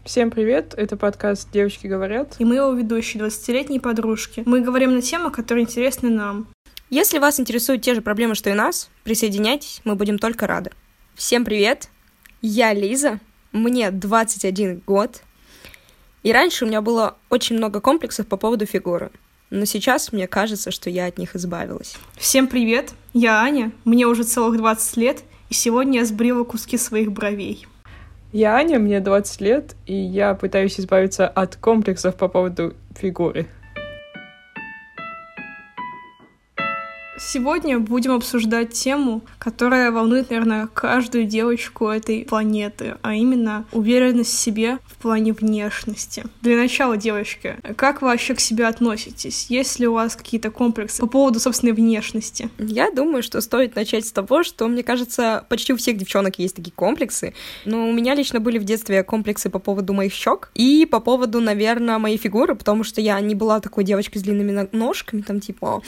Всем привет, это подкаст «Девочки говорят». И мы его ведущие, 20-летние подружки. Мы говорим на темы, которые интересны нам. Если вас интересуют те же проблемы, что и нас, присоединяйтесь, мы будем только рады. Всем привет, я Лиза, мне 21 год, и раньше у меня было очень много комплексов по поводу фигуры, но сейчас мне кажется, что я от них избавилась. Всем привет, я Аня, мне уже целых 20 лет, и сегодня я сбрила куски своих бровей. Я Аня, мне 20 лет, и я пытаюсь избавиться от комплексов по поводу фигуры. Сегодня будем обсуждать тему, которая волнует, наверное, каждую девочку этой планеты, а именно уверенность в себе в плане внешности. Для начала, девочки, как вы вообще к себе относитесь? Есть ли у вас какие-то комплексы по поводу собственной внешности? Я думаю, что стоит начать с того, что, мне кажется, почти у всех девчонок есть такие комплексы, но у меня лично были в детстве комплексы по поводу моих щек и по поводу, наверное, моей фигуры, потому что я не была такой девочкой с длинными ножками, там, типа,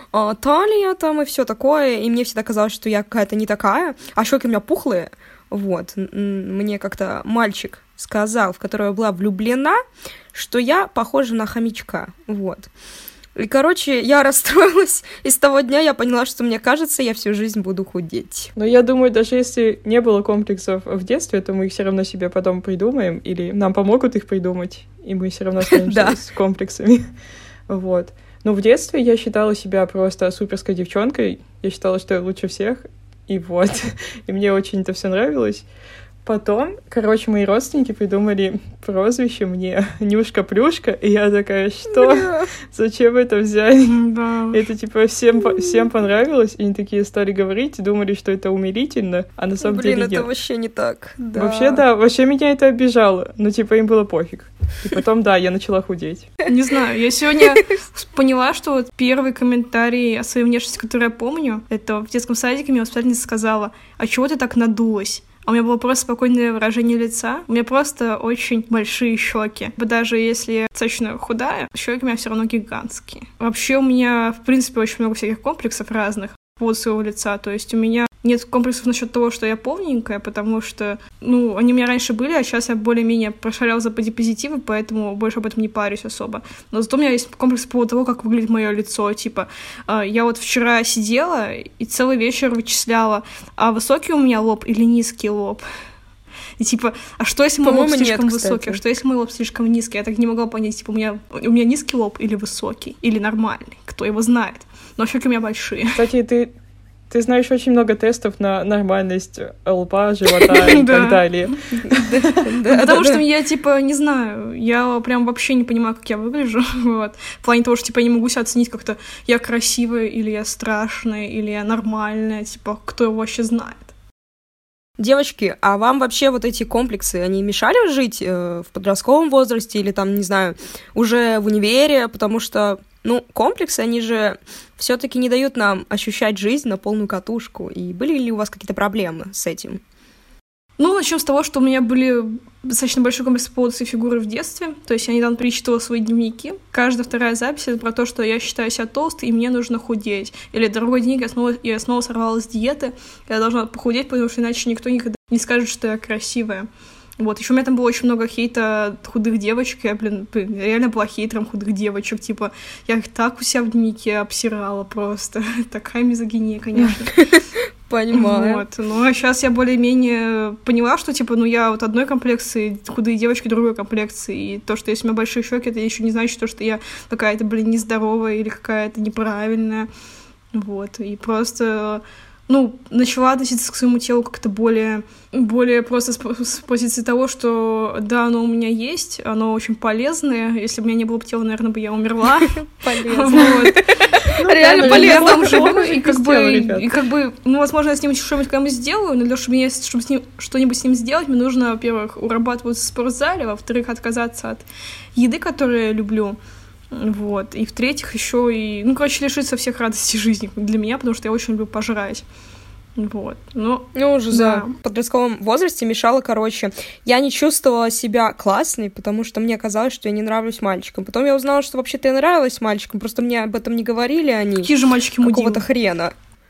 талия, там и все такое, и мне всегда казалось, что я какая-то не такая, а щеки у меня пухлые, вот, мне как-то мальчик сказал, в которого я была влюблена, что я похожа на хомячка, вот. И, короче, я расстроилась, и с того дня я поняла, что мне кажется, я всю жизнь буду худеть. Но я думаю, даже если не было комплексов в детстве, то мы их все равно себе потом придумаем, или нам помогут их придумать, и мы все равно останемся с комплексами, вот. Но в детстве я считала себя просто суперской девчонкой. Я считала, что я лучше всех. И вот. И мне очень это все нравилось. Потом, мои родственники придумали прозвище мне Нюшка-Плюшка, и я такая, что? Зачем это взяли? Да. Это, типа, всем понравилось, и они такие стали говорить, думали, что это умилительно, а на самом деле нет. Блин, это вообще не так. Да. Вообще меня это обижало, но, типа, им было пофиг. И потом, да, я начала худеть. Не знаю, я сегодня поняла, что вот первый комментарий о своей внешности, который я помню, это в детском садике мне воспитательница сказала: «А чего ты так надулась?» А у меня было просто спокойное выражение лица. У меня просто очень большие щеки. Даже если я достаточно худая, щеки у меня все равно гигантские. Вообще у меня, в принципе, очень много всяких комплексов разных по поводу своего лица. То есть у меня нет комплексов насчет того, что я полненькая, потому что, они у меня раньше были, а сейчас я более-менее прошаряла за бодипозитивы, поэтому больше об этом не парюсь особо. Но зато у меня есть комплекс по поводу того, как выглядит мое лицо. Типа, я вот вчера сидела и целый вечер вычисляла, а высокий у меня лоб или низкий лоб. И типа, а что если мой лоб слишком высокий, а что если мой лоб слишком низкий? Я так не могла понять, типа, у меня низкий лоб или высокий, или нормальный, кто его знает. Но щеки у меня большие. Кстати, ты знаешь очень много тестов на нормальность лба, живота и так далее. Потому что я, типа, не знаю, я прям вообще не понимаю, как я выгляжу, вот. В плане того, что, типа, я не могу себя оценить как-то, я красивая, или я страшная, или я нормальная, типа, кто его вообще знает. Девочки, а вам вообще вот эти комплексы, они мешали жить в подростковом возрасте или там, не знаю, уже в универе, потому что, комплексы, они же все-таки не дают нам ощущать жизнь на полную катушку. И были ли у вас какие-то проблемы с этим? Начнем с того, что у меня были достаточно большой комплекс по поводу своей фигуры в детстве. То есть я недавно перечитывала свои дневники. Каждая вторая запись — это про то, что я считаю себя толстой, и мне нужно худеть. Или другой дневник я снова сорвалась с диеты, я должна похудеть, потому что иначе никто никогда не скажет, что я красивая. Вот, еще у меня там было очень много хейта худых девочек, я, реально была хейтером худых девочек, типа, я их так у себя в дневнике обсирала просто, такая мизогиния, конечно. Понимаю. Вот, а сейчас я более-менее поняла, что, типа, я вот одной комплекции, худые девочки другой комплекции, и то, что если у меня большие щеки, это еще не значит, что я какая-то, нездоровая или какая-то неправильная, вот, и просто... начала относиться к своему телу как-то более просто с позиции того, что да, оно у меня есть, оно очень полезное. Если бы у меня не было бы тела, наверное, бы я умерла. Полезно. Реально полезно. И как бы, возможно, я с ним что-нибудь когда-нибудь сделаю, но чтобы что-нибудь с ним сделать, мне нужно, во-первых, урабатывать в спортзале, во-вторых, отказаться от еды, которую я люблю. Вот. И в-третьих, еще и, лишиться всех радостей жизни для меня, потому что я очень люблю пожрать. Вот. Уже в подростковом возрасте мешало, я не чувствовала себя классной, потому что мне казалось, что я не нравлюсь мальчикам. Потом я узнала, что вообще-то я нравилась мальчикам, просто мне об этом не говорили они. Какие же мальчики мудилы? Какого-то хрена.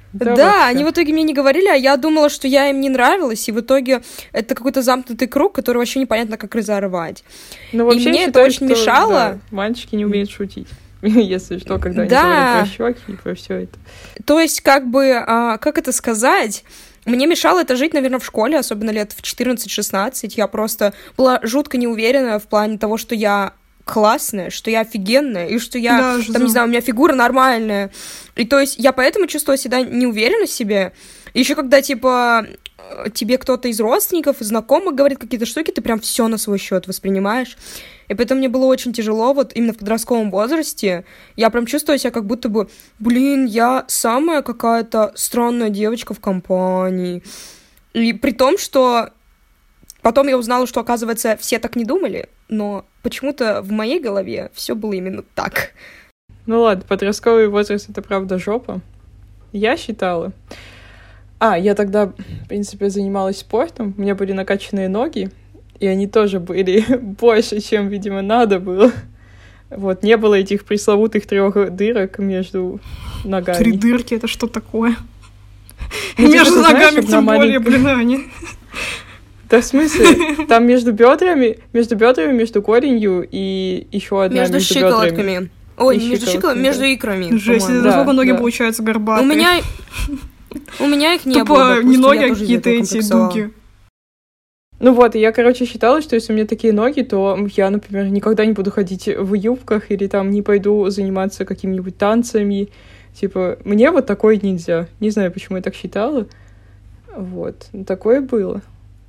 Да, они в итоге мне не говорили, а я думала, что я им не нравилась, и в итоге это какой-то замкнутый круг, который вообще непонятно, как разорвать. Ну, вообще, и мне это очень мешало. Да, мальчики не умеют шутить. Если что, когда они говорят про щеки и про все это. То есть, как это сказать? Мне мешало это жить, наверное, в школе, особенно лет в 14-16. Я просто была жутко неуверена в плане того, что я классная, что я офигенная, и что я, не знаю, у меня фигура нормальная. И то есть я поэтому чувствовала себя неуверенно в себе. Еще когда, тебе кто-то из родственников, из знакомых говорит какие-то штуки, ты прям все на свой счет воспринимаешь. И поэтому мне было очень тяжело, вот именно в подростковом возрасте. Я прям чувствую себя как будто бы, я самая какая-то странная девочка в компании. И при том, что потом я узнала, что, оказывается, все так не думали, но почему-то в моей голове все было именно так. Ну ладно, подростковый возраст — это правда жопа. Я считала. Я тогда, в принципе, занималась спортом, у меня были накачанные ноги, и они тоже были больше, чем, видимо, надо было. Вот, не было этих пресловутых 3 дырок между ногами. 3 дырки — это что такое? Между ногами, тем более, они... Да, в смысле? Там между бедрами, между коленью и еще одна между щиколотками. Ой, между икрами. Жесть, это насколько ноги получаются горбатые. У меня их не было. Тупо не ноги, а какие-то эти дуги. Ну вот, и я, считала, что если у меня такие ноги, то я, например, никогда не буду ходить в юбках или там не пойду заниматься какими-нибудь танцами. Мне вот такое нельзя. Не знаю, почему я так считала. Вот, такое было.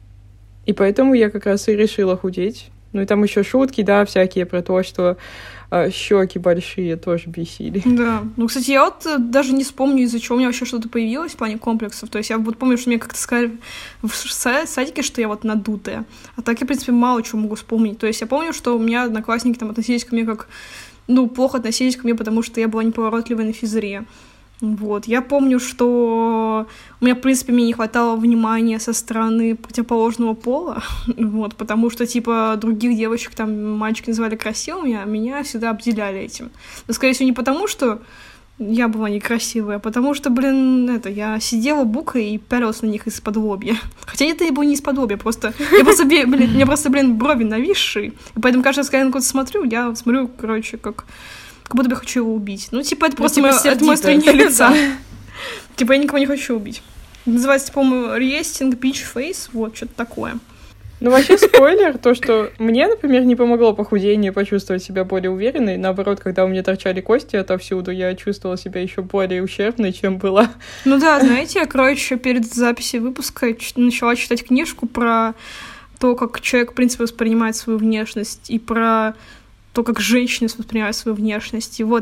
И поэтому я как раз и решила худеть. Ну и там еще шутки, да, всякие про то, что щеки большие тоже бесили. Да. Ну, кстати, я вот даже не вспомню, из-за чего у меня вообще что-то появилось в плане комплексов. То есть я вот помню, что мне как-то сказали в садике, что я вот надутая. А так я, в принципе, мало чего могу вспомнить. То есть я помню, что у меня одноклассники там относились ко мне плохо относились ко мне, потому что я была неповоротливой на физре. Вот. Я помню, что у меня, в принципе, мне не хватало внимания со стороны противоположного пола, вот, потому что, других девочек, там, мальчики называли красивыми, а меня всегда обделяли этим. Но, скорее всего, не потому, что я была некрасивая, а потому что, я сидела букой и пялилась на них из-под лобья. Хотя это и было не из-под лобья, у меня просто, брови нависшие, и поэтому каждый раз, когда я на кого-то смотрю, я смотрю, как будто бы я хочу его убить. Это просто мое строение лица. Я никого не хочу убить. Называется, по-моему, resting bitch face, вот, что-то такое. Ну, вообще, спойлер, то, что мне, например, не помогло похудение почувствовать себя более уверенной. Наоборот, когда у меня торчали кости отовсюду, я чувствовала себя еще более ущербной, чем была. Ну да, знаете, я, перед записью выпуска начала читать книжку про то, как человек, в принципе, воспринимает свою внешность, и про то, как женщины воспринимают свою внешность. И вот,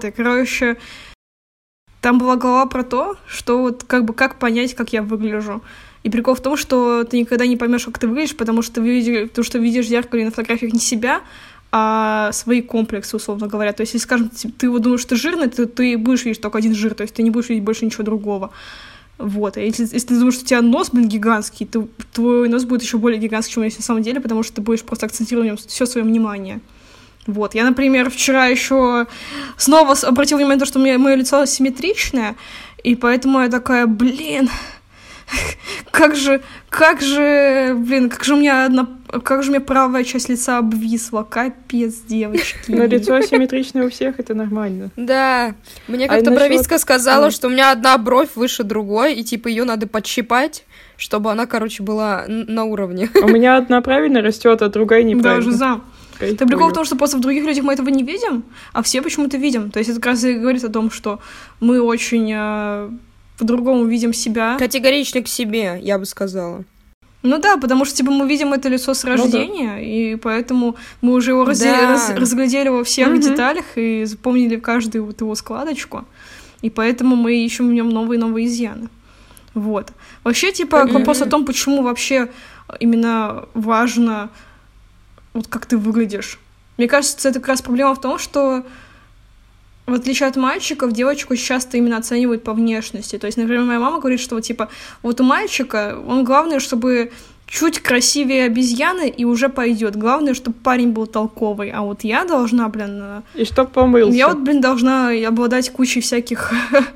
там была глава про то, что как понять, как я выгляжу. И прикол в том, что ты никогда не поймешь, как ты выглядишь, потому что ты видишь в зеркале на фотографиях не себя, а свои комплексы, условно говоря. То есть, если, скажем, ты вот думаешь, что ты жирный, то ты будешь видеть только один жир, то есть ты не будешь видеть больше ничего другого. Вот. А если ты думаешь, что у тебя нос, гигантский, то твой нос будет еще более гигантский, чем он есть на самом деле, потому что ты будешь просто акцентировать на нем все свое внимание. Вот, я, например, вчера еще снова обратила внимание на то, что мое лицо асимметричное, и поэтому я такая, как же у меня правая часть лица обвисла, капец, девочки. Но лицо асимметричное у всех, это нормально. Да, мне как-то бровистка сказала, что у меня одна бровь выше другой, и ее надо подщипать, чтобы она, была на уровне. У меня одна правильно растет, а другая неправильно. Да, жиза. Это прикол в том, что просто в других людях мы этого не видим, а все почему-то видим. То есть это как раз и говорит о том, что мы очень по-другому видим себя. Категоричны к себе, я бы сказала. Ну да, потому что мы видим это лицо с рождения, и поэтому мы уже его разглядели во всех деталях и запомнили каждую вот его складочку, и поэтому мы ищем в нем новые изъяны. Вот. Вообще, к вопросу о том, почему вообще именно важно как ты выглядишь. Мне кажется, это как раз проблема в том, что в отличие от мальчиков, девочек очень часто именно оценивают по внешности. То есть, например, моя мама говорит, что вот у мальчика, главное, чтобы чуть красивее обезьяны, и уже пойдет. Главное, чтобы парень был толковый. А вот я должна, И чтоб помылся. Я должна обладать кучей всяких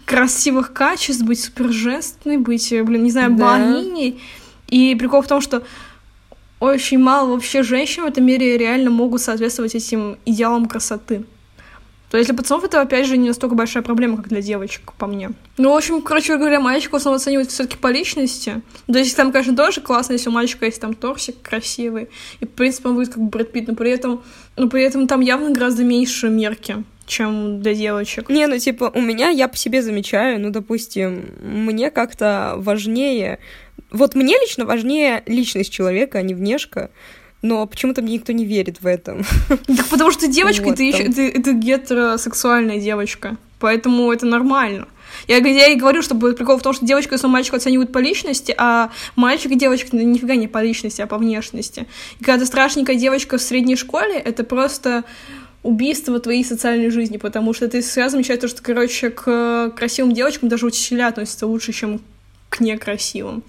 красивых качеств, быть супер женственной, быть, не знаю, богиней. И прикол в том, что очень мало вообще женщин в этом мире реально могут соответствовать этим идеалам красоты. То есть для пацанов это, опять же, не настолько большая проблема, как для девочек, по мне. Ну, в общем, короче говоря, мальчиков в основном оценивают все-таки по личности. То есть там, конечно, тоже классно, если у мальчика есть там торсик красивый, и, в принципе, он будет как Брэд Питт, но при этом там явно гораздо меньше мерки, чем для девочек. Не, ну, типа, я по себе замечаю, ну, допустим, мне как-то важнее... Вот мне лично важнее личность человека, а не внешка. Но почему-то мне никто не верит в этом. Так потому что ты девочка, вот, ты гетеросексуальная девочка. Поэтому это нормально. Я и говорю, что прикол в том, что девочку и мальчика оценивают по личности, а мальчик и девочка нифига не по личности, а по внешности. И когда ты страшненькая девочка в средней школе, это просто убийство твоей социальной жизни, потому что ты сразу замечаешь то, что, короче, к красивым девочкам даже учителя относятся лучше, чем к некрасивым.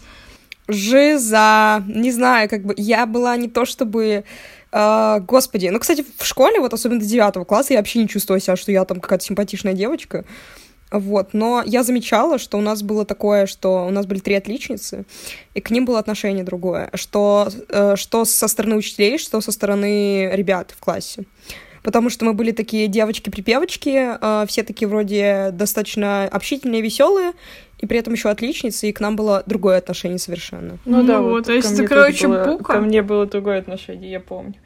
Жиза, не знаю, как бы, я была не то чтобы, господи, ну, кстати, в школе, вот особенно до 9 класса, я вообще не чувствовала себя, что я там какая-то симпатичная девочка, вот, но я замечала, что у нас было такое, что у нас были 3 отличницы, и к ним было отношение другое, что со стороны учителей, что со стороны ребят в классе. Потому что мы были такие девочки-припевочки, все такие вроде достаточно общительные, веселые, и при этом еще отличницы, и к нам было другое отношение совершенно. Ну да, вот то есть это, короче, бука. Ко мне было другое отношение, я помню.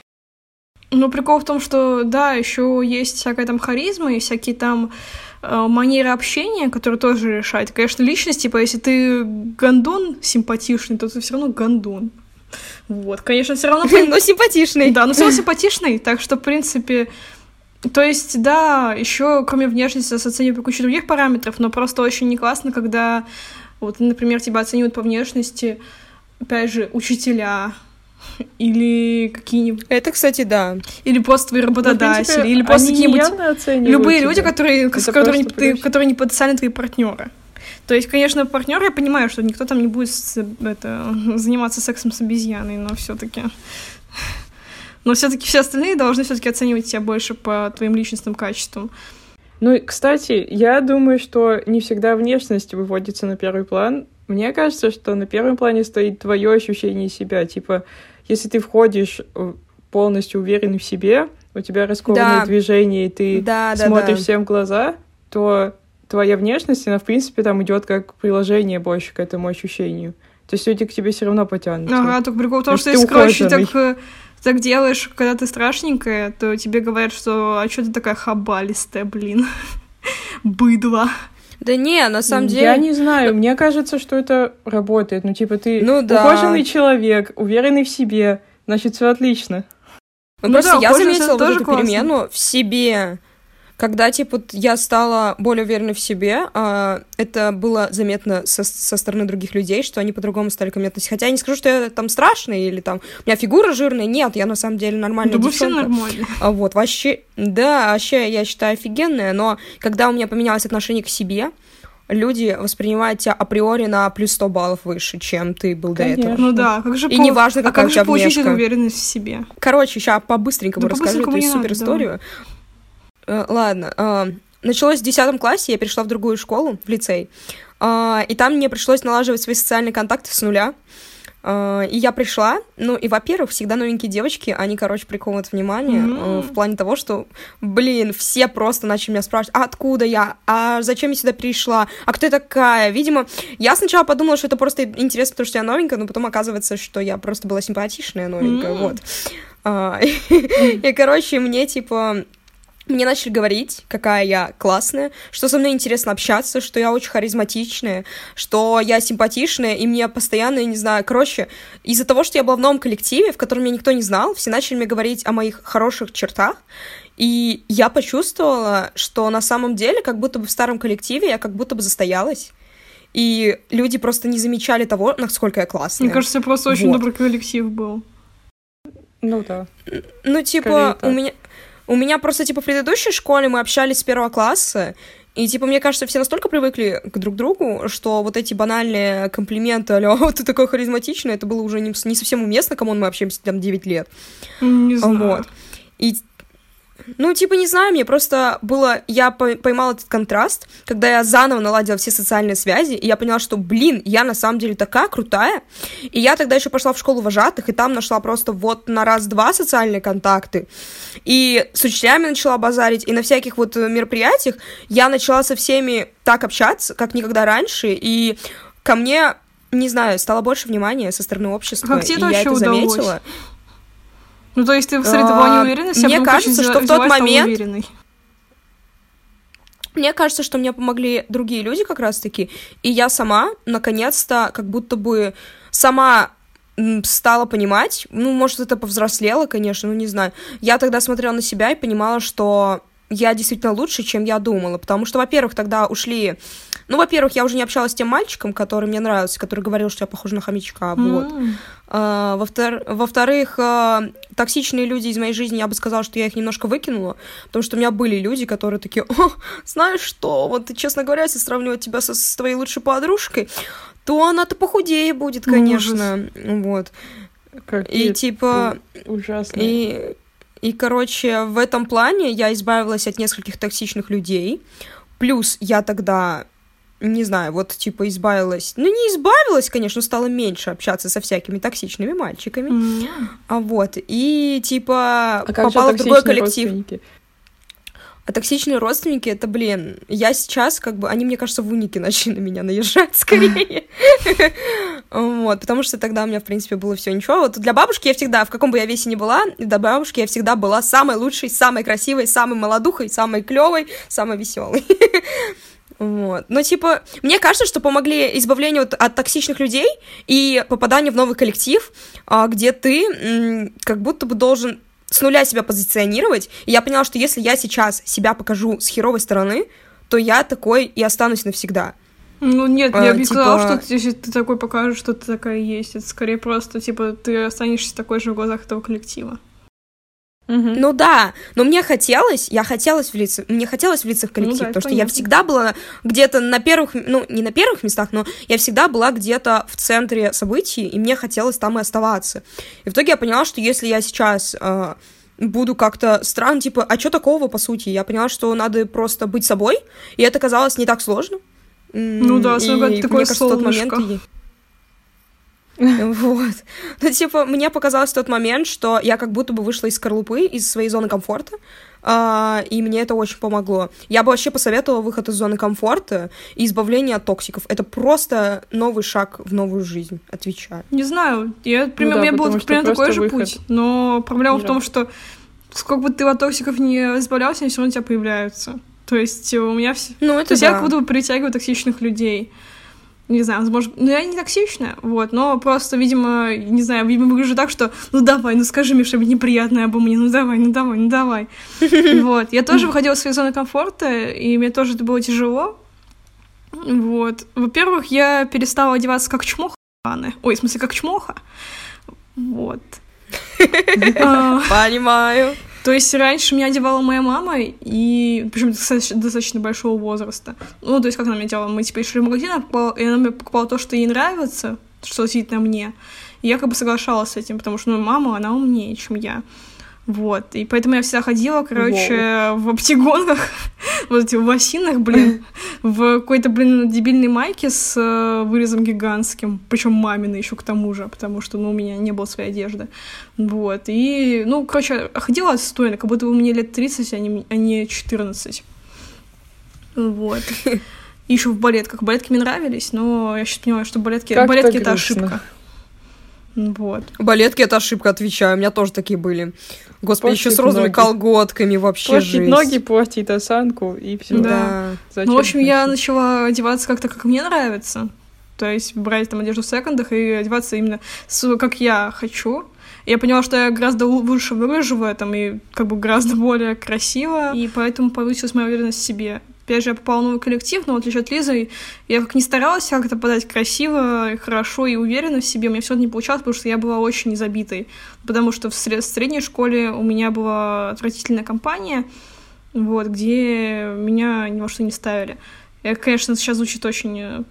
Ну, прикол в том, что, да, еще есть всякая там харизма и всякие там манеры общения, которые тоже решают. Конечно, личность, типа, если ты гондон симпатичный, то ты все равно гондон. Вот, конечно, все равно... Но симпатичный. Да, но все равно симпатичный, так что, в принципе... То есть, да, еще кроме внешности нас оценивают по куче других параметров, но просто очень не классно, когда, вот, например, тебя оценивают по внешности, опять же, учителя или какие-нибудь... Это, кстати, да. Или просто твои работодатели, принципе, или просто какие-нибудь... Любые люди, которые не потенциально твои партнеры. То есть, конечно, партнер, я понимаю, что никто там не будет заниматься сексом с обезьяной, но все-таки все остальные должны все-таки оценивать тебя больше по твоим личностным качествам. Ну, и, кстати, я думаю, что не всегда внешность выводится на первый план. Мне кажется, что на первом плане стоит твое ощущение себя. Типа, если ты входишь полностью уверенный в себе, у тебя раскованные движения, и ты смотришь всем в глаза, то твоя внешность, она, в принципе, там идет как приложение больше к этому ощущению. То есть люди к тебе все равно потянутся. Ага, только прикол в том, что если, короче, так делаешь, когда ты страшненькая, то тебе говорят, что «а что ты такая хабалистая, блин, быдло». Да не, на самом деле... Я не знаю, мне кажется, что это работает. Ну, типа, ты ухоженный человек, уверенный в себе, значит, все отлично. Просто я заметила вот эту перемену в себе. Когда, типа, я стала более уверенной в себе, это было заметно со стороны других людей, что они по-другому стали ко мне относиться. Хотя я не скажу, что я там страшная или там у меня фигура жирная. Нет, я на самом деле нормальная девчонка. Да, все нормально. Вот, вообще, я считаю, офигенная, но когда у меня поменялось отношение к себе, люди воспринимают тебя априори на плюс 100 баллов выше, чем ты был до этого. Ну да, как же и неважно, какая у тебя внешка. Получить эту уверенность в себе? Короче, сейчас по-быстренькому расскажу эту супер историю. Ладно, началось в 10 классе, я перешла в другую школу, в лицей, и там мне пришлось налаживать свои социальные контакты с нуля, и я пришла, ну, и, во-первых, всегда новенькие девочки, они, короче, приковывают внимание в плане того, что, блин, все просто начали меня спрашивать, а откуда я, а зачем я сюда пришла, а кто я такая, видимо, я сначала подумала, что это просто интересно, потому что я новенькая, но потом оказывается, что я просто была симпатичная новенькая, вот, и, короче, мне начали говорить, какая я классная, что со мной интересно общаться, что я очень харизматичная, что я симпатичная, и мне постоянно, я не знаю, короче, из-за того, что я была в новом коллективе, в котором меня никто не знал, все начали мне говорить о моих хороших чертах, и я почувствовала, что на самом деле, как будто бы в старом коллективе я как будто бы застоялась, и люди просто не замечали того, насколько я классная. Мне кажется, просто очень добрый коллектив был. Ну да. Ну, типа, у меня просто, типа, в предыдущей школе мы общались с 1 класса, и, типа, мне кажется, все настолько привыкли к друг другу, что вот эти банальные комплименты, а ты такой харизматичный, это было уже не совсем уместно, кому мы общаемся там 9 лет. Не знаю. Вот. И... Ну, типа, не знаю, мне просто было... Я поймала этот контраст, когда я заново наладила все социальные связи, и я поняла, что, блин, я на самом деле такая крутая. И я тогда еще пошла в школу вожатых, и там нашла просто вот на раз-два социальные контакты. И с учителями начала базарить, и на всяких вот мероприятиях я начала со всеми так общаться, как никогда раньше, и ко мне, не знаю, стало больше внимания со стороны общества, как тебе и это я это удалось? заметила. Ну, то есть ты, смотри, ты была не уверена, мне кажется, что в тот момент... Мне кажется, что мне помогли другие люди как раз-таки, и я сама, наконец-то, как будто бы сама стала понимать, ну, может, это повзрослело, конечно, ну, не знаю. Я тогда смотрела на себя и понимала, что я действительно лучше, чем я думала, потому что, во-первых, тогда ушли... Ну, во-первых, я уже не общалась с тем мальчиком, который мне нравился, который говорил, что я похожа на хомячка, вот. Во-вторых, токсичные люди из моей жизни, я бы сказала, что я их немножко выкинула, потому что у меня были люди, которые такие: о, знаешь что, вот, честно говоря, если сравнивать тебя с твоей лучшей подружкой, то она-то похудее будет, конечно, вот. И типа... Ужасно. И, короче, в этом плане я избавилась от нескольких токсичных людей, плюс я тогда... Не знаю, вот, типа, избавилась... Ну, не избавилась, конечно, стала меньше общаться со всякими токсичными мальчиками. Вот, и, типа, попала в другой коллектив. А токсичные родственники, это, блин, я сейчас, как бы, они, мне кажется, в унике начали на меня наезжать скорее. Вот, потому что тогда у меня, в принципе, было все ничего. Вот для бабушки я всегда, в каком бы я весе ни была, для бабушки я всегда была самой лучшей, самой красивой, самой молодухой, самой клевой, самой веселой. Вот. Но, типа, мне кажется, что помогли избавлению от токсичных людей и попаданию в новый коллектив, где ты как будто бы должен с нуля себя позиционировать. И я поняла, что если я сейчас себя покажу с херовой стороны, то я такой и останусь навсегда. Ну, нет, я бы не сказала, что если ты такой покажешь, что ты такая есть. Это скорее просто, типа, ты останешься такой же в глазах этого коллектива. Ну да, но мне хотелось влиться в коллектив, потому что я всегда была где-то на первых, ну, не на первых местах, но я всегда была где-то в центре событий, и мне хотелось там и оставаться. И в итоге я поняла, что если я сейчас буду как-то странно, типа, а что такого, по сути? Я поняла, что надо просто быть собой, и это казалось не так сложно. Ну да, особенно такое солнышко. Вот. Ну, типа, мне показалось в тот момент, что я как будто бы вышла из скорлупы, из своей зоны комфорта, и мне это очень помогло. Я бы вообще посоветовала выход из зоны комфорта и избавление от токсиков. Это просто новый шаг в новую жизнь, отвечаю. Не знаю, у меня был примерно такой же путь, но проблема в том, что сколько бы ты от токсиков не избавлялся, они все равно у тебя появляются. То есть у меня все... Ну, это то есть я как будто бы притягиваю токсичных людей. Не знаю, возможно, ну я не токсичная, вот, но просто, видимо, не знаю, видимо, выгляжу так, что ну давай, ну скажи мне что-нибудь неприятное обо мне, ну давай. Вот, я тоже выходила из своей зоны комфорта, и мне тоже это было тяжело. Вот, во-первых, я перестала одеваться как чмоха, ой, в смысле, как чмоха, вот. Понимаю. То есть раньше меня одевала моя мама, и причем достаточно большого возраста. Ну, то есть как она меня делала? Мы типа шли в магазин, и она мне покупала то, что ей нравится, что сидит на мне. И я как бы соглашалась с этим, потому что, ну, мама, она умнее, чем я. Вот, и поэтому я всегда ходила, короче, в оптигонах, вот эти в лосинах, блин, в какой-то, блин, дебильной майке с вырезом гигантским, причем маминой еще к тому же, потому что, ну, у меня не было своей одежды, вот, и, ну, короче, ходила отстойно, как будто бы мне лет 30, а не 14, вот. И еще в балетках. Балетки мне нравились, но я сейчас понимаю, что балетки это ошибка. Вот. Балетки — это ошибка, отвечаю. У меня тоже такие были. Господи, еще с розовыми колготками, вообще жесть. Портить ноги, портить осанку, и все. Да. Ну, в общем, я начала одеваться как-то, как мне нравится. То есть брать там одежду в секондах и одеваться именно как я хочу. Я поняла, что я гораздо лучше выгляжу в этом и как бы гораздо более красиво. И поэтому повысилась моя уверенность в себе. Опять же, я попала в новый коллектив, но в отличие от Лизы, я как ни старалась как-то подать красиво, хорошо и уверенно в себе, у меня все это не получалось, потому что я была очень забитой. Потому что в средней школе у меня была отвратительная компания, вот, где меня ни во что не ставили. Я, конечно, сейчас звучит очень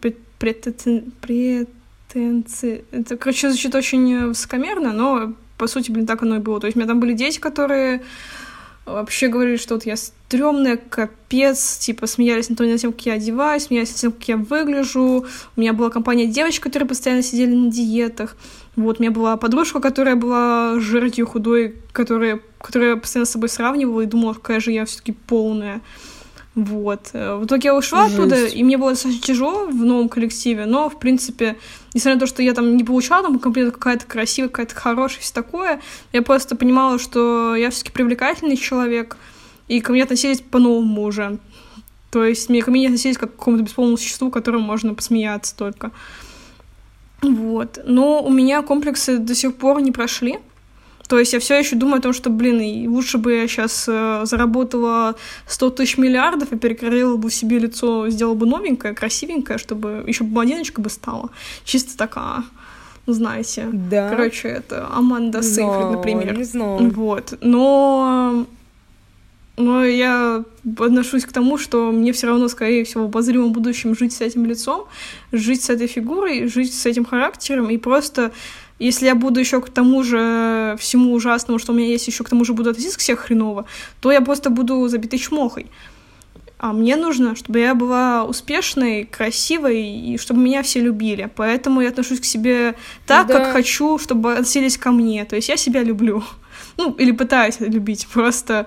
это, короче, звучит очень высокомерно, но, по сути, блин, так оно и было. То есть у меня там были дети, которые вообще говорили, что вот я стрёмная, капец, типа, смеялись над тем, как я одеваюсь, смеялись над тем, как я выгляжу. У меня была компания девочек, которые постоянно сидели на диетах. Вот, у меня была подружка, которая была жирной, худой, которая постоянно с собой сравнивала и думала, какая же я все-таки полная. Вот. В итоге я ушла оттуда, и мне было достаточно тяжело в новом коллективе, но, в принципе, несмотря на то, что я там не получала там комплимент какая-то красивая, какая-то хорошая, все такое, я просто понимала, что я все-таки привлекательный человек, и ко мне относились по-новому уже. То есть ко мне не относились как к какому-то бесполому существу, которому можно посмеяться только. Вот. Но у меня комплексы до сих пор не прошли. То есть я все еще думаю о том, что, лучше бы я сейчас заработала 100 тысяч миллиардов и перекроила бы себе лицо, сделала бы новенькое, красивенькое, чтобы еще блондиночка бы стала. Чисто такая, знаете. Да. Короче, это Аманда Сейфрид, например. Не знаю. Вот. Но я отношусь к тому, что мне все равно, скорее всего, в обозримом будущем жить с этим лицом, жить с этой фигурой, жить с этим характером, и просто... Если я буду еще к тому же всему ужасному, что у меня есть, еще к тому же буду относиться к себе хреново, то я просто буду забитой чмохой. А мне нужно, чтобы я была успешной, красивой, и чтобы меня все любили. Поэтому я отношусь к себе так, как хочу, чтобы относились ко мне. То есть я себя люблю. Или пытаюсь любить. Просто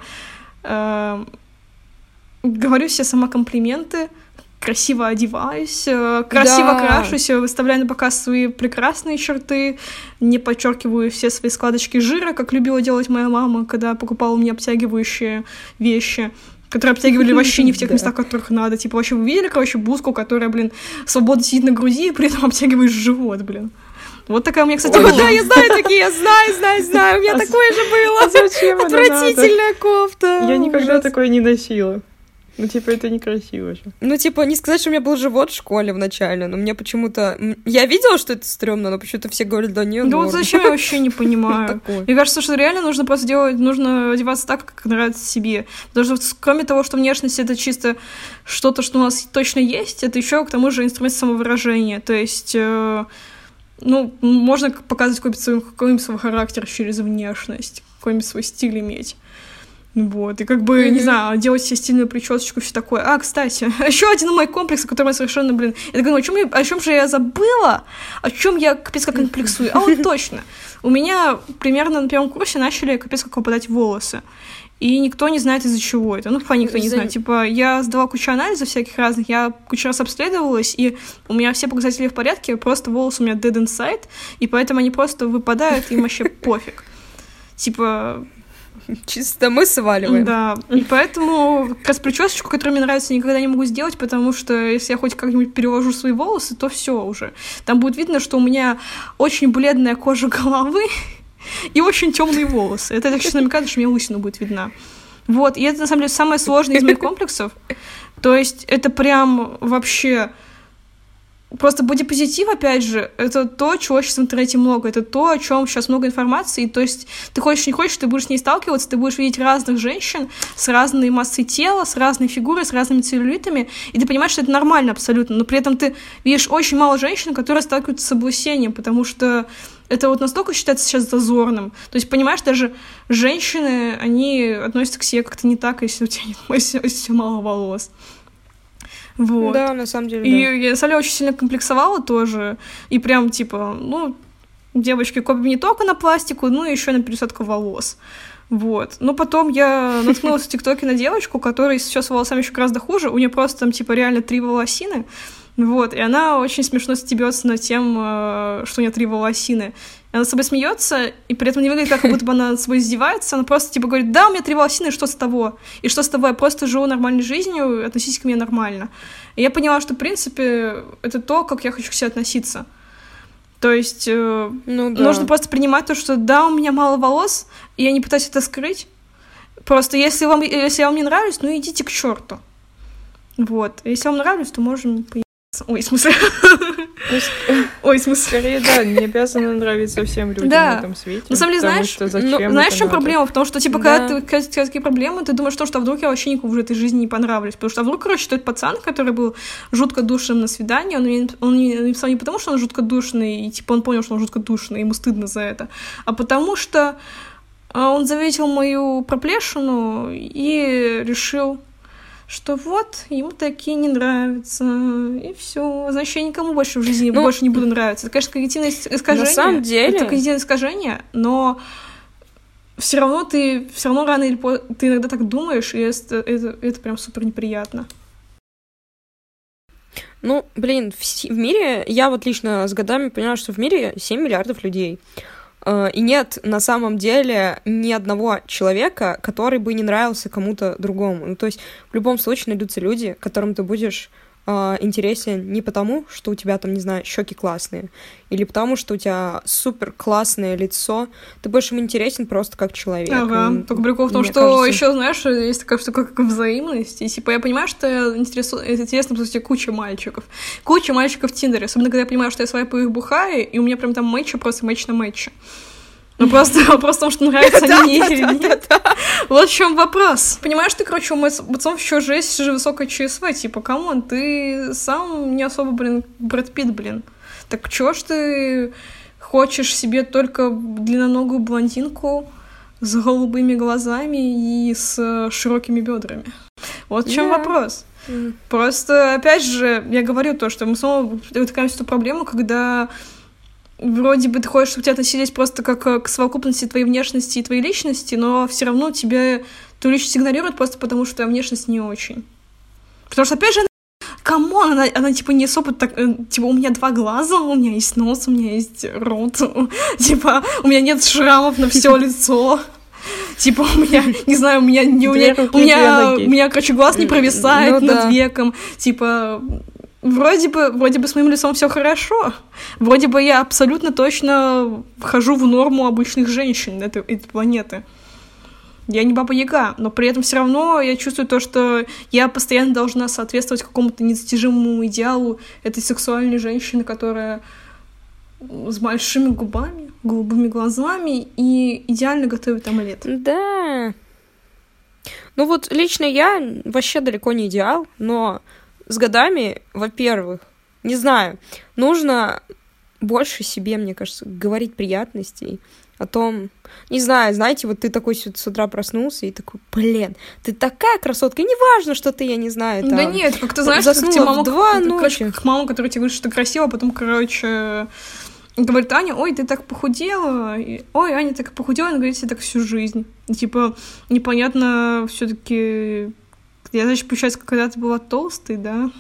говорю себе сама комплименты, красиво одеваюсь, красиво крашусь, выставляю на показ свои прекрасные черты, не подчеркиваю все свои складочки жира, как любила делать моя мама, когда покупала мне обтягивающие вещи, которые обтягивали вообще не в тех местах, которых надо. Типа, вообще вы видели, блузку, которая, свободно сидит на груди, и при этом обтягиваешь живот, Вот такая у меня, кстати, была. Да, я знаю такие, я знаю, у меня такое же было. Зачем это надо? Отвратительная кофта. Я никогда такое не носила. Это некрасиво же. Не сказать, что у меня был живот в школе вначале, но мне почему-то... Я видела, что это стрёмно, но почему-то все говорят, да нет, вот зачем, я вообще не понимаю. Мне кажется, что реально нужно просто нужно одеваться так, как нравится себе. Потому что кроме того, что внешность — это чисто что-то, что у нас точно есть, это еще к тому же инструмент самовыражения. То есть... можно показывать какой-нибудь свой характер через внешность, какой-нибудь свой стиль иметь. Вот, и не знаю, делать себе стильную причесочку, все такое. Кстати, еще один мой комплекс, который я совершенно, я думаю, о чем же я забыла, о чем я капец как комплексую. Вот точно. У меня примерно на первом курсе начали капец как выпадать волосы. И никто не знает, из-за чего это. Никто не знает. Типа, я сдала кучу анализов всяких разных, я кучу раз обследовалась, и у меня все показатели в порядке, просто волосы у меня dead inside, и поэтому они просто выпадают, им вообще пофиг. Типа... Чисто мы сваливаем. Да, и поэтому как раз причесочку, которая мне нравится, никогда не могу сделать, потому что если я хоть как-нибудь переложу свои волосы, то все уже. Там будет видно, что у меня очень бледная кожа головы и очень темные волосы. Это так намекает, что у меня лысина будет видна. Вот, и это, на самом деле, самое сложное из моих комплексов. То есть это прям вообще... Просто бодипозитив, опять же, это то, чего сейчас в интернете много, это то, о чем сейчас много информации, то есть ты хочешь, не хочешь, ты будешь с ней сталкиваться, ты будешь видеть разных женщин с разной массой тела, с разной фигурой, с разными целлюлитами, и ты понимаешь, что это нормально абсолютно, но при этом ты видишь очень мало женщин, которые сталкиваются с облысением, потому что это настолько считается сейчас зазорным. То есть, понимаешь, даже женщины, они относятся к себе как-то не так, если у тебя если мало волос. Вот. Да, на самом деле, и я, Саля, очень сильно комплексовала тоже, и прям, девочки копим не только на пластику, но и еще на пересадку волос. Вот. Но потом я наткнулась в ТикТоке на девочку, которая сейчас с волосами еще гораздо хуже, у нее просто там, реально 3 волосины, вот, и она очень смешно стебется над тем, что у нее 3 волосины. Она с собой смеется, и при этом не выглядит как будто бы она над собой издевается, она просто говорит, да, у меня 3 волосины, и что с того? И что с того? Я просто живу нормальной жизнью, относитесь ко мне нормально. И я поняла, что, в принципе, это то, как я хочу к себе относиться. То есть нужно просто принимать то, что да, у меня мало волос, и я не пытаюсь это скрыть. Просто если я вам не нравлюсь, идите к черту. Вот. Если вам нравлюсь, то можем поехать. Ой, в смысле? Скорее, да, не обязаны нравиться всем людям на этом свете. На самом деле, знаешь, в чем проблема? Потому что, когда ты такие проблемы, ты думаешь, что вдруг я вообще никому в этой жизни не понравлюсь. Потому что вдруг, тот пацан, который был жутко душным на свидании, он не написал не потому, что он жутко душный, и он понял, что он жутко душный, ему стыдно за это, а потому что он заметил мою проплешину и решил, что вот, ему такие не нравятся, и все. Значит, я никому больше в жизни больше не буду нравиться. Это, конечно, когнитивное искажение. На самом деле... Это когнитивное искажение, но все равно рано или поздно ты иногда так думаешь, и это прям супер неприятно. Ну, блин, в мире, я вот лично с годами поняла, что в мире 7 миллиардов людей. И нет на самом деле ни одного человека, который бы не нравился кому-то другому. Ну, то есть в любом случае найдутся люди, которым ты будешь интересен не потому, что у тебя там, не знаю, щеки классные, или потому, что у тебя супер классное лицо, ты будешь им интересен просто как человек. Ага, только прикол в том, что еще, знаешь, есть такая штука, как взаимность, и типа я понимаю, что это интересно, по сути, куча мальчиков в Тиндере, особенно когда я понимаю, что я свайпаю их бухаю, и у меня прям там матча, просто матч на матче. Ну, просто вопрос в том, что нравятся они мне или нет. Вот в чем вопрос. Понимаешь, ты, короче, у мацов еще же есть же высокая ЧСВ, типа, камон, ты сам не особо, Брэд Питт, Так чё ж ты хочешь себе только длинноногую блондинку с голубыми глазами и с широкими бедрами? Вот в чем вопрос. Просто, опять же, я говорю то, что мы снова утыкаемся в ту проблему, когда вроде бы ты хочешь, чтобы тебя относились просто как к совокупности твоей внешности и твоей личности, но все равно тебя твою личность игнорируют просто потому, что твоя внешность не очень. Потому что, опять же, камон, она типа не особо так... Типа, у меня 2 глаза, у меня есть нос, у меня есть рот. Типа, у меня нет шрамов на все лицо. Типа, у меня, не знаю, у меня, короче, глаз не провисает над веком. Типа... Вроде бы с моим лицом все хорошо. Вроде бы я абсолютно точно вхожу в норму обычных женщин этой планеты. Я не Баба Яга, но при этом все равно я чувствую то, что я постоянно должна соответствовать какому-то недостижимому идеалу этой сексуальной женщины, которая с большими губами, голубыми глазами и идеально готовит омлет. Да. Ну вот лично я вообще далеко не идеал, но с годами, во-первых, не знаю, нужно больше себе, мне кажется, говорить приятностей о том, не знаю, знаете, вот ты такой с утра проснулся и такой, блин, ты такая красотка, неважно, что ты, я не знаю, там... Да нет, как ты знаешь, как тебе мама, как мама, которая тебе говорит, что ты красива, а потом, короче, говорит, Аня, ой, ты так похудела, ой, Аня так похудела, она говорит себе так всю жизнь. И, типа, непонятно все-таки... Я, значит, получается, когда ты была толстой, да?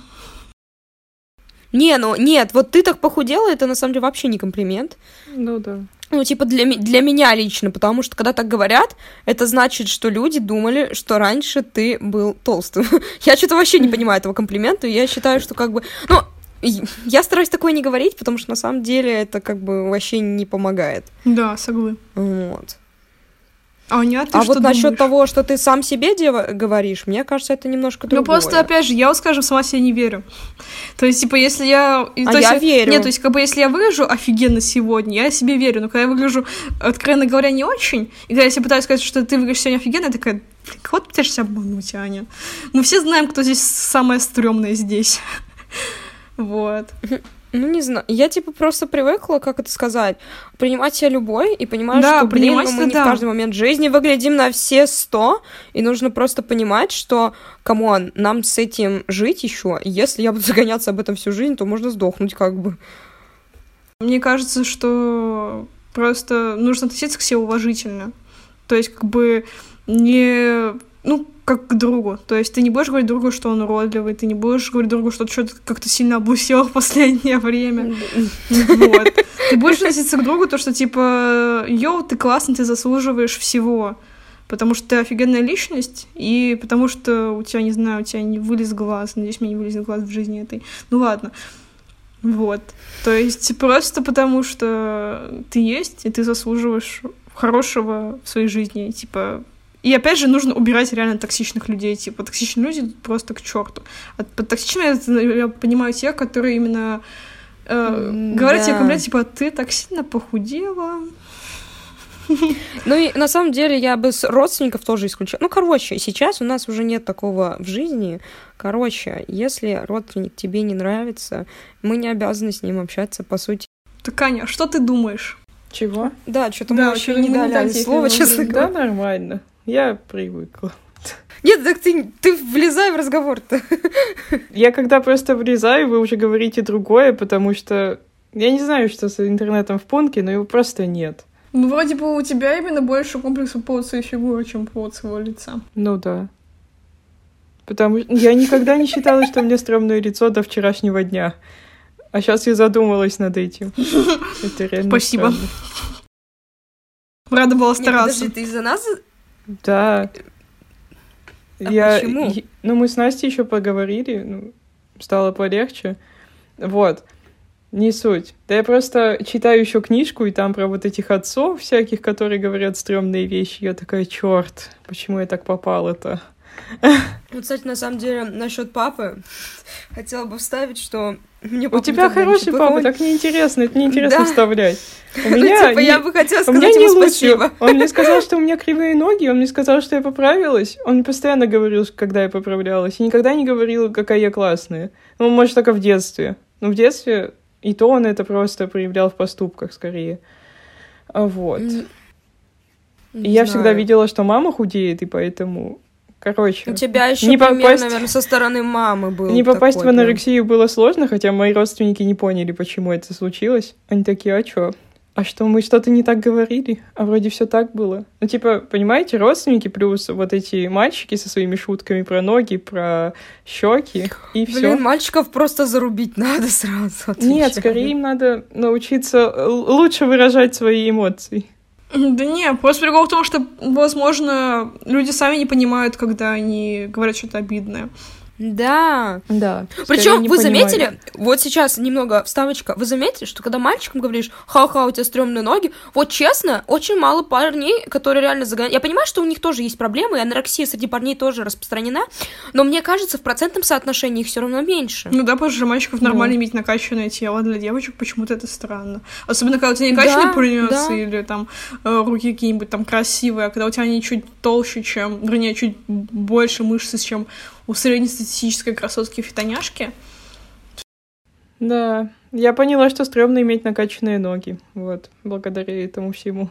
Нет, вот ты так похудела, это на самом деле вообще не комплимент. Ну да. Ну, типа, для меня лично, потому что, когда так говорят, это значит, что люди думали, что раньше ты был толстым. Я что-то вообще не понимаю этого комплимента, и я считаю, что как бы... Ну, я стараюсь такое не говорить, потому что на самом деле это как бы вообще не помогает. Да, согласна. Вот. Аня, ты а что вот насчет того, что ты сам себе говоришь, мне кажется, это немножко другое. Ну, просто, опять же, я, вот, скажем, сама себе не верю. То есть, типа, если я... я верю. Нет, то есть, как бы, если я выгляжу офигенно сегодня, я себе верю, но когда я выгляжу, откровенно говоря, не очень, и когда я себе пытаюсь сказать, что ты выглядишь сегодня офигенно, я такая, блин, кого ты пытаешься обмануть, Аня? Мы все знаем, кто здесь самое стрёмное здесь. Вот. Ну, не знаю, я, типа, просто привыкла, как это сказать, принимать себя любой и понимать, что, блин, мы не в каждый момент жизни выглядим на все 100, и нужно просто понимать, что, камон, нам с этим жить еще, если я буду загоняться об этом всю жизнь, то можно сдохнуть, как бы. Мне кажется, что просто нужно относиться к себе уважительно, то есть, как бы, не... Ну, как к другу. То есть ты не будешь говорить другу, что он уродливый, ты не будешь говорить другу, что что-то как-то сильно облысел в последнее время. Вот. Ты будешь относиться к другу, то, что типа, йоу, ты классный, ты заслуживаешь всего. Потому что ты офигенная личность, и потому что у тебя, не знаю, у тебя не вылез глаз. Надеюсь, у меня не вылез глаз в жизни этой. Ну ладно. Вот. То есть просто потому, что ты есть, и ты заслуживаешь хорошего в своей жизни. Типа... И опять же, нужно убирать реально токсичных людей. Типа, токсичные люди просто к черту. Под токсичными я понимаю тех, которые именно говорят тебе, блядь, типа, ты так сильно похудела. Ну и на самом деле я бы с родственников тоже исключала. Ну, короче, сейчас у нас уже нет такого в жизни. Короче, если родственник тебе не нравится, мы не обязаны с ним общаться, по сути. Так, Аня, что ты думаешь? Чего? Да, что-то мы вообще не дали слово, честно говоря. Да, нормально. Я привыкла. Нет, так ты влезай в разговор-то. Я когда просто влезаю, вы уже говорите другое, потому что я не знаю, что с интернетом в Пунке, но его просто нет. Ну, вроде бы у тебя именно больше комплексов по поводу своей фигуры, чем по поводу своего лица. Ну да. Потому что я никогда не считала, что у меня стрёмное лицо до вчерашнего дня. А сейчас я задумалась над этим. Это реально Спасибо. странно. Рада была стараться. Подожди, ты из-за нас? Да. Почему? Ну, мы с Настей еще поговорили, стало полегче. Вот. Не суть. Да я просто читаю еще книжку, и там про вот этих отцов всяких, которые говорят стрёмные вещи. Я такая, чёрт, почему я так попала-то? Вот, кстати, на самом деле, насчет папы, хотела бы вставить, что мне папа... У тебя хороший папа, так неинтересно, это неинтересно вставлять. У меня я бы хотела сказать ему спасибо. Он мне сказал, что у меня кривые ноги, он мне сказал, что я поправилась. Он мне постоянно говорил, когда я поправлялась, и никогда не говорил, какая я классная. Ну, может, только в детстве. Но в детстве и то он это просто проявлял в поступках, скорее. Вот. И я всегда видела, что мама худеет, и поэтому... Короче, у тебя еще пример, наверное, со стороны мамы был. Не попасть в анорексию было сложно, хотя мои родственники не поняли, почему это случилось. Они такие, а чё? А что, мы что-то не так говорили? А вроде все так было. Ну, типа, понимаете, родственники плюс вот эти мальчики со своими шутками про ноги, про щеки и все. Блин, мальчиков просто зарубить надо сразу. Отвечаю. Нет, скорее им надо научиться лучше выражать свои эмоции. Да не, просто прикол в том, что, возможно, люди сами не понимают, когда они говорят что-то обидное. Да. Да. Причем вы заметили, вот сейчас немного вставочка, вы заметили, что когда мальчикам говоришь, ха-ха, у тебя стрёмные ноги, вот честно, очень мало парней, которые реально загоняют. Я понимаю, что у них тоже есть проблемы, и анорексия среди парней тоже распространена, но мне кажется, в процентном соотношении их все равно меньше. Ну да, потому что мальчиков нормально иметь накачанное тело, для девочек почему-то это странно. Особенно, когда у тебя не качанный пульнёс, или там руки какие-нибудь там красивые, а когда у тебя они чуть толще, чем, вернее, чуть больше мышцы, чем у среднестатистической красотки-фитоняшки. Да, я поняла, что стрёмно иметь накачанные ноги, вот, благодаря этому всему.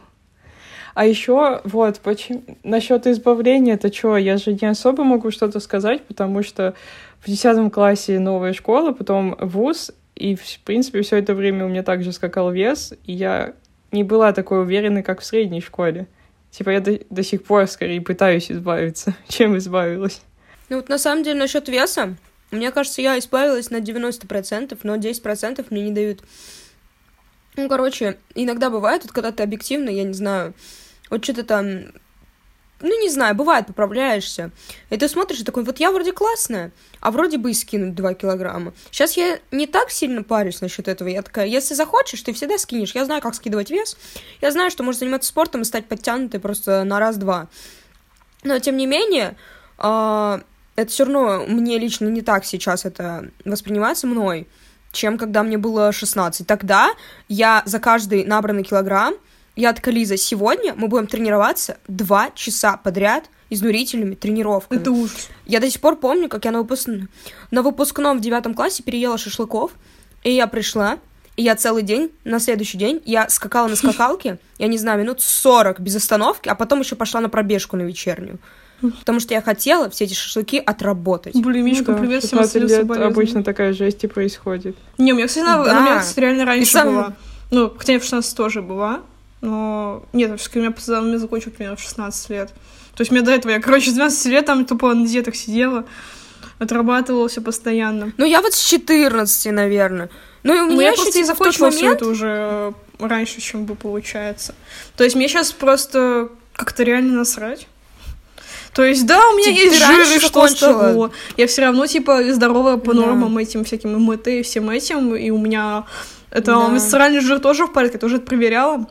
А еще вот, почему... насчет избавления, это что, я же не особо могу что-то сказать, потому что в 10 классе новая школа, потом вуз, и, в принципе, все это время у меня также скакал вес, и я не была такой уверенной, как в средней школе. Типа я до сих пор скорее пытаюсь избавиться, чем избавилась. Ну вот на самом деле насчет веса, мне кажется, я избавилась на 90%, но 10% мне не дают. Ну, короче, иногда бывает, вот когда ты объективно, я не знаю, вот что-то там, ну, не знаю, бывает, поправляешься, и ты смотришь и такой, вот я вроде классная, а вроде бы и скинуть 2 килограмма. Сейчас я не так сильно парюсь насчет этого, я такая, если захочешь, ты всегда скинешь, я знаю, как скидывать вес, я знаю, что можно заниматься спортом и стать подтянутой просто на раз-два. Но, тем не менее, это все равно мне лично не так сейчас это воспринимается мной, чем когда мне было 16. Тогда я за каждый набранный килограмм, я такая, Лиза, сегодня мы будем тренироваться 2 часа подряд изнурительными тренировками. Это ужас. Я до сих пор помню, как я на выпускном в 9 классе переела шашлыков, и я пришла, и я целый день, на следующий день, я скакала на скакалке, я не знаю, минут 40 без остановки, а потом еще пошла на пробежку на вечернюю. Потому что я хотела все эти шашлыки отработать. Блин, Мишка, привет всем. 16 лет обычно такая жесть и происходит. Не, у меня, кстати, на реально раньше была. Ну, хотя я в 16 тоже была. Но нет, все-таки у меня закончил примерно в 16 лет. То есть мне до этого, я, короче, с 12 лет там тупо на диетах сидела, отрабатывала все постоянно. Ну, я вот с 14, наверное. Ну, и у меня я просто и закончила все это уже раньше, чем бы получается. То есть мне сейчас просто как-то реально насрать. То есть, да, у меня есть жир, и что с того. Я все равно, типа, здоровая по нормам этим всяким МТ и всем этим, и у меня менструальный жир тоже в порядке, тоже это проверяла.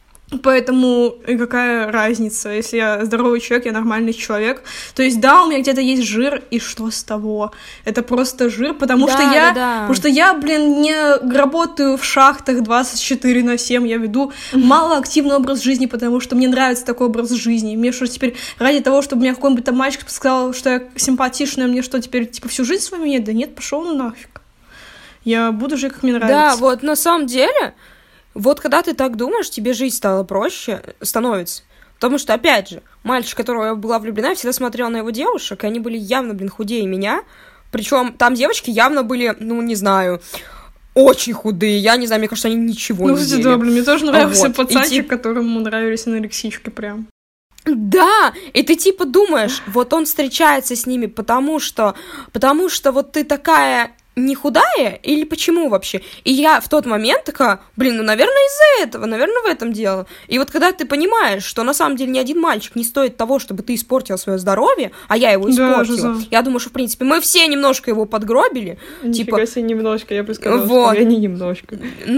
Поэтому и какая разница, если я здоровый человек, я нормальный человек. То есть, да, у меня где-то есть жир, и что с того? Это просто жир, потому что я, блин, не работаю в шахтах 24/7, я веду малоактивный образ жизни, потому что мне нравится такой образ жизни. Мне что, теперь ради того, чтобы мне какой-нибудь там мальчик сказал, что я симпатичная, мне что, теперь, типа, всю жизнь с вами нет? Да нет, пошел нафиг. Я буду жить, как мне нравится. Да, вот, на самом деле... Вот когда ты так думаешь, тебе жизнь стала проще, становится. Потому что, опять же, мальчик, которого я была влюблена, я всегда смотрела на его девушек, и они были явно, худее меня. Причем там девочки явно были, не знаю, очень худые. Я не знаю, мне кажется, они ничего не ели. Да, мне тоже нравился пацанчик, которому нравились анорексички прям. Да, и ты типа думаешь, вот он встречается с ними, потому что вот ты такая не худая, или почему вообще? И я в тот момент такая, наверное, из-за этого, наверное, в этом дело. И вот когда ты понимаешь, что на самом деле ни один мальчик не стоит того, чтобы ты испортила свое здоровье, а я его испортила, я думаю, что, в принципе, мы все немножко его подгробили. Нифига себе немножко, я бы сказала, что я не немножко.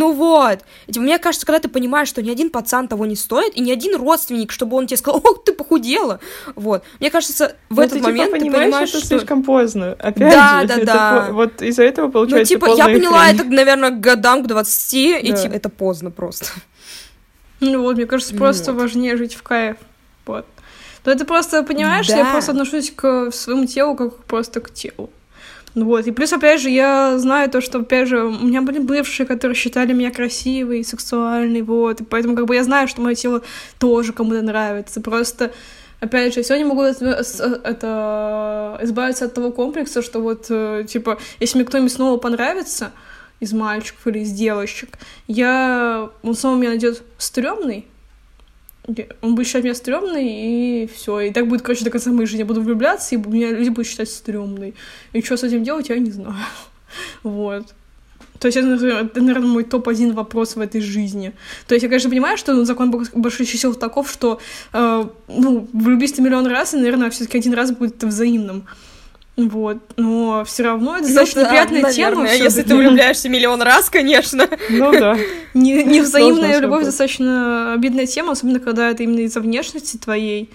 Мне кажется, когда ты понимаешь, что ни один пацан того не стоит, и ни один родственник, чтобы он тебе сказал, ты похудела, мне кажется, в этот момент ты понимаешь, что... что... слишком поздно. Опять же, да. Вот из-за этого получается поздно. Я поняла это, наверное, к годам, к 20, и это поздно просто. Мне кажется, просто важнее жить в кайф. Вот. Но это просто, понимаешь, я просто отношусь к своему телу как просто к телу. И плюс, опять же, я знаю то, что, опять же, у меня были бывшие, которые считали меня красивой, сексуальной, и поэтому, я знаю, что мое тело тоже кому-то нравится, просто... Опять же, я сегодня могу избавиться от того комплекса, что если мне кто-нибудь снова понравится из мальчиков или из девочек, он снова меня найдет стрёмный, он будет считать меня стрёмной, и все. И так будет, до конца моей жизни. Я буду влюбляться, и меня люди будут считать стрёмной. И что с этим делать, я не знаю. То есть это, наверное, мой топ-1 вопрос в этой жизни. То есть я, конечно, понимаю, что закон больших чисел таков, что влюбись ты миллион раз, и, наверное, все-таки один раз будет взаимным. Но все равно это достаточно неприятная тема. Если ты влюбляешься миллион раз, конечно. Да. Невзаимная любовь достаточно обидная тема, особенно когда это именно из-за внешности твоей.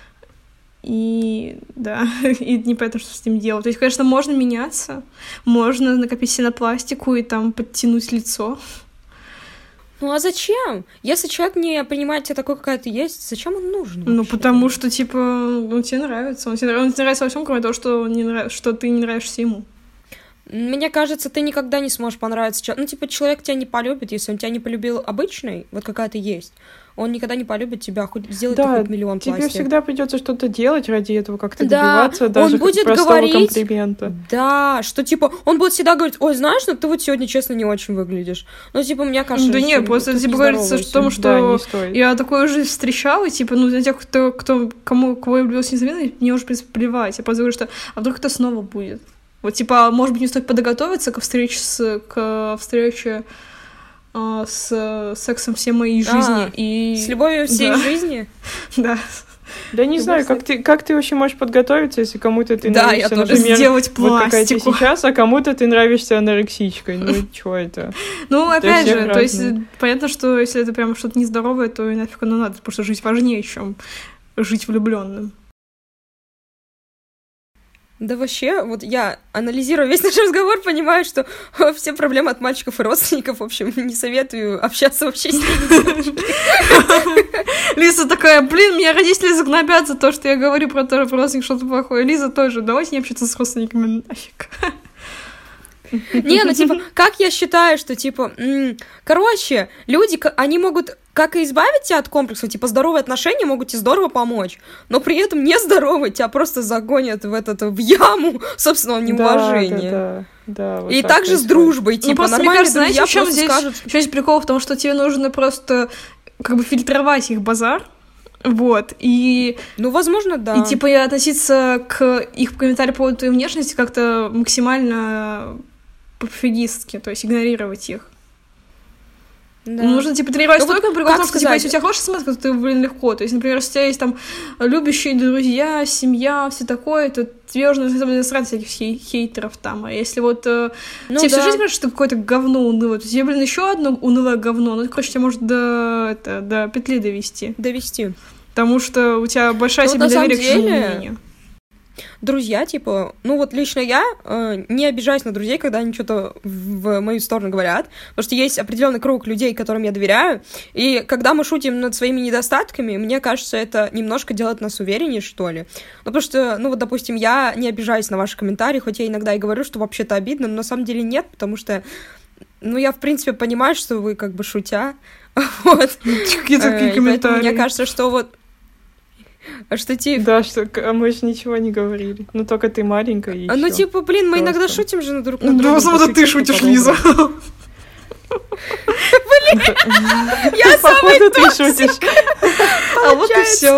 И непонятно, что с этим делать. То есть, конечно, можно меняться, можно накопить себе на пластику и там подтянуть лицо. А зачем? Если человек не принимает тебя такой, какая ты есть, зачем он нужен? Потому что, он тебе нравится. Он тебе нравится во всем, кроме того, что ты не нравишься ему. Мне кажется, ты никогда не сможешь понравиться человеку. Человек тебя не полюбит, если он тебя не полюбил обычный, какая ты есть. Он никогда не полюбит тебя, хоть сделать хоть миллион пластик. Тебе всегда придется что-то делать ради этого, как-то добиваться, даже он будет простого говорить, комплимента. Да, что он будет всегда говорить, ой, знаешь, ты сегодня, честно, не очень выглядишь. Мне кажется... Да нет, просто говорится о том, что я такое уже встречала, на тех, кого я влюбилась незаметно, мне уже, в принципе, плевать. Я просто говорю, что а вдруг это снова будет? Может быть, не стоит подготовиться к встрече с сексом всей моей жизни. С любовью всей жизни? Да. Да не знаю, как ты вообще можешь подготовиться, если кому-то ты нравишься, например, сделать пластику. Какая ты сейчас, а кому-то ты нравишься анорексичкой. Чё это? Опять же, то есть понятно, что если это прям что-то нездоровое, то и нафиг оно надо, потому что жить важнее, чем жить влюблённым. Да вообще, я анализирую весь наш разговор, понимаю, что все проблемы от мальчиков и родственников, в общем, не советую общаться вообще с ними. Лиза такая, меня родители загнобят за то, что я говорю про родственников что-то плохое. Лиза тоже, давайте не общаться с родственниками нафиг. Не, как я считаю, что, короче, люди, они могут как и избавить тебя от комплексов, здоровые отношения могут тебе здорово помочь, но при этом нездоровые тебя просто загонят в яму собственного неуважения. Да, и также с дружбой, нормальные друзья просто скажут... Здесь прикол в том, что тебе нужно просто фильтровать их базар, и... возможно, да. И, относиться к их комментариям по поводу твоей внешности как-то максимально пофигистски, то есть игнорировать их. Да. Нужно, тренировать столько, потому что, если у тебя хороший смысл, то ты, легко. То есть, например, если у тебя есть любящие друзья, семья, все такое, то тебе уже насрать всяких хейтеров там. А если тебе всю жизнь говорят, что ты какое-то говно унылое, то тебе, еще одно унылое говно, тебя может до петли довести. Потому что у тебя большая себе доверие к чужому мнению. Друзья, лично я не обижаюсь на друзей, когда они что-то в мою сторону говорят, потому что есть определенный круг людей, которым я доверяю, и когда мы шутим над своими недостатками, мне кажется, это немножко делает нас увереннее, что ли. Потому что, допустим, я не обижаюсь на ваши комментарии, хоть я иногда и говорю, что вообще-то обидно, но на самом деле нет, потому что Ну, я, в принципе, понимаю, что вы как бы шутя. Вот. Какие-то такие комментарии. Мне кажется, что вот... Что типа... Да, что мы же ничего не говорили. Ну, только ты маленькая и Ну, ещё. типа, блин, мы Просто. иногда шутим же друг на Да, друга. особенно ты шутишь, Лиза. Я самый Походу, ты шутишь. А вот и все.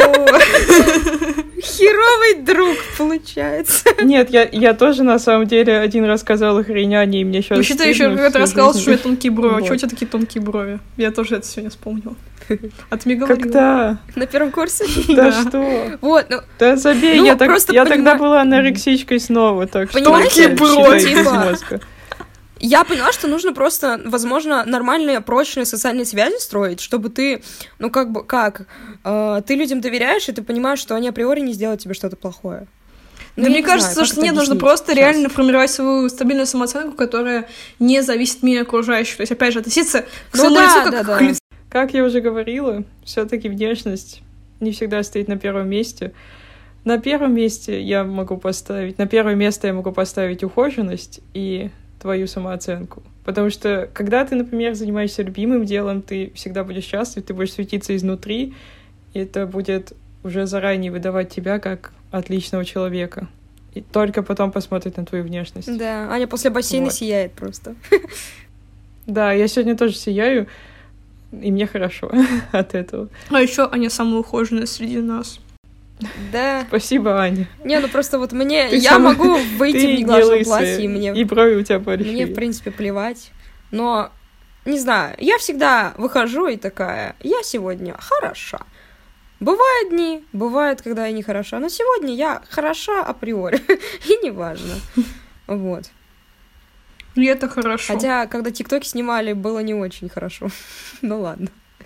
херовый друг, получается. Нет, я тоже, на самом деле, один раз сказала хреняние, и мне сейчас Вообще-то еще когда рассказал, что у меня тонкие брови. Вот. А чего у тебя такие тонкие брови? Я тоже это сегодня вспомнила. А ты мне говорила. Когда? На первом курсе? Да что? Вот, ну, Да забей, Ну, я просто тогда понимаю- была анорексичкой снова, так что... Понимаете, считай, бро, считай, типа, без мозга. я поняла, что нужно просто, возможно, нормальные, прочные социальные связи строить, чтобы ты, ну, ты людям доверяешь, и ты понимаешь, что они априори не сделают тебе что-то плохое. Ну, Да я мне не кажется, знаю, как что это нет, нужно объяснить просто сейчас. реально формировать свою стабильную самооценку, которая не зависит от мира окружающих. То есть, опять же, относиться к своему лицу как к лицу. Как я уже говорила, все-таки внешность не всегда стоит на первом месте. На первое место я могу поставить ухоженность и твою самооценку. Потому что, когда ты, например, занимаешься любимым делом, ты всегда будешь счастлив, ты будешь светиться изнутри, и это будет уже заранее выдавать тебя как отличного человека. И только потом посмотрит на твою внешность. Да, Аня после бассейна Вот. сияет просто. Да, я сегодня тоже сияю, и мне хорошо от этого. А еще Аня самая ухоженная среди нас. Да. Спасибо, Аня. Не, ну просто вот мне... Ты Я сама- могу выйти в Ты не неглаженном лысая, платье, и мне... и брови у тебя большие. Мне, в принципе, плевать. Но, не знаю, я всегда выхожу и такая, я сегодня хороша. Бывают дни, бывает, когда я не хороша, но сегодня я хороша априори, и неважно. Вот. И это хорошо. Хотя, когда тиктоки снимали, было не очень хорошо. Ну ладно.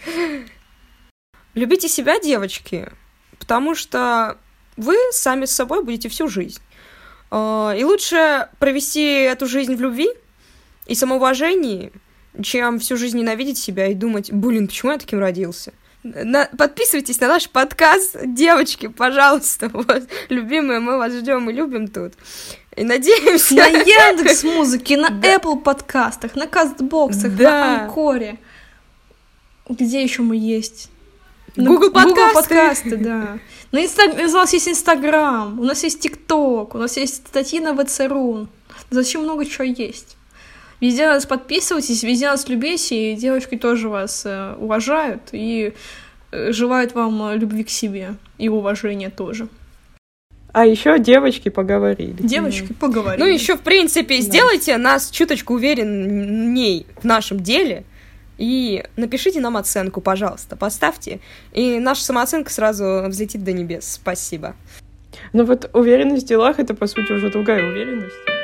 Любите себя, девочки, потому что вы сами с собой будете всю жизнь. И лучше провести эту жизнь в любви и самоуважении, чем всю жизнь ненавидеть себя и думать, блин, почему я таким родился? Подписывайтесь на наш подкаст, девочки, пожалуйста. Вот. Любимые, мы вас ждем и любим тут. И надеемся... На Яндекс.Музыке, на Apple подкастах, на Кастбоксах, на Анкоре. Где еще мы есть? Google подкасты, да. У нас есть Инстаграм, у нас есть ТикТок, у нас есть статьи на ВЦ.ру. Зачем много чего есть? Везде нас подписывайтесь, везде нас любите, и девочки тоже вас уважают и желают вам любви к себе и уважения тоже. А еще девочки поговорили. Девочки поговорили. Ну, еще, в принципе, сделайте нас чуточку уверенней в нашем деле и напишите нам оценку, пожалуйста, поставьте, и наша самооценка сразу взлетит до небес. Спасибо. Ну вот уверенность в делах — это, по сути, уже другая уверенность.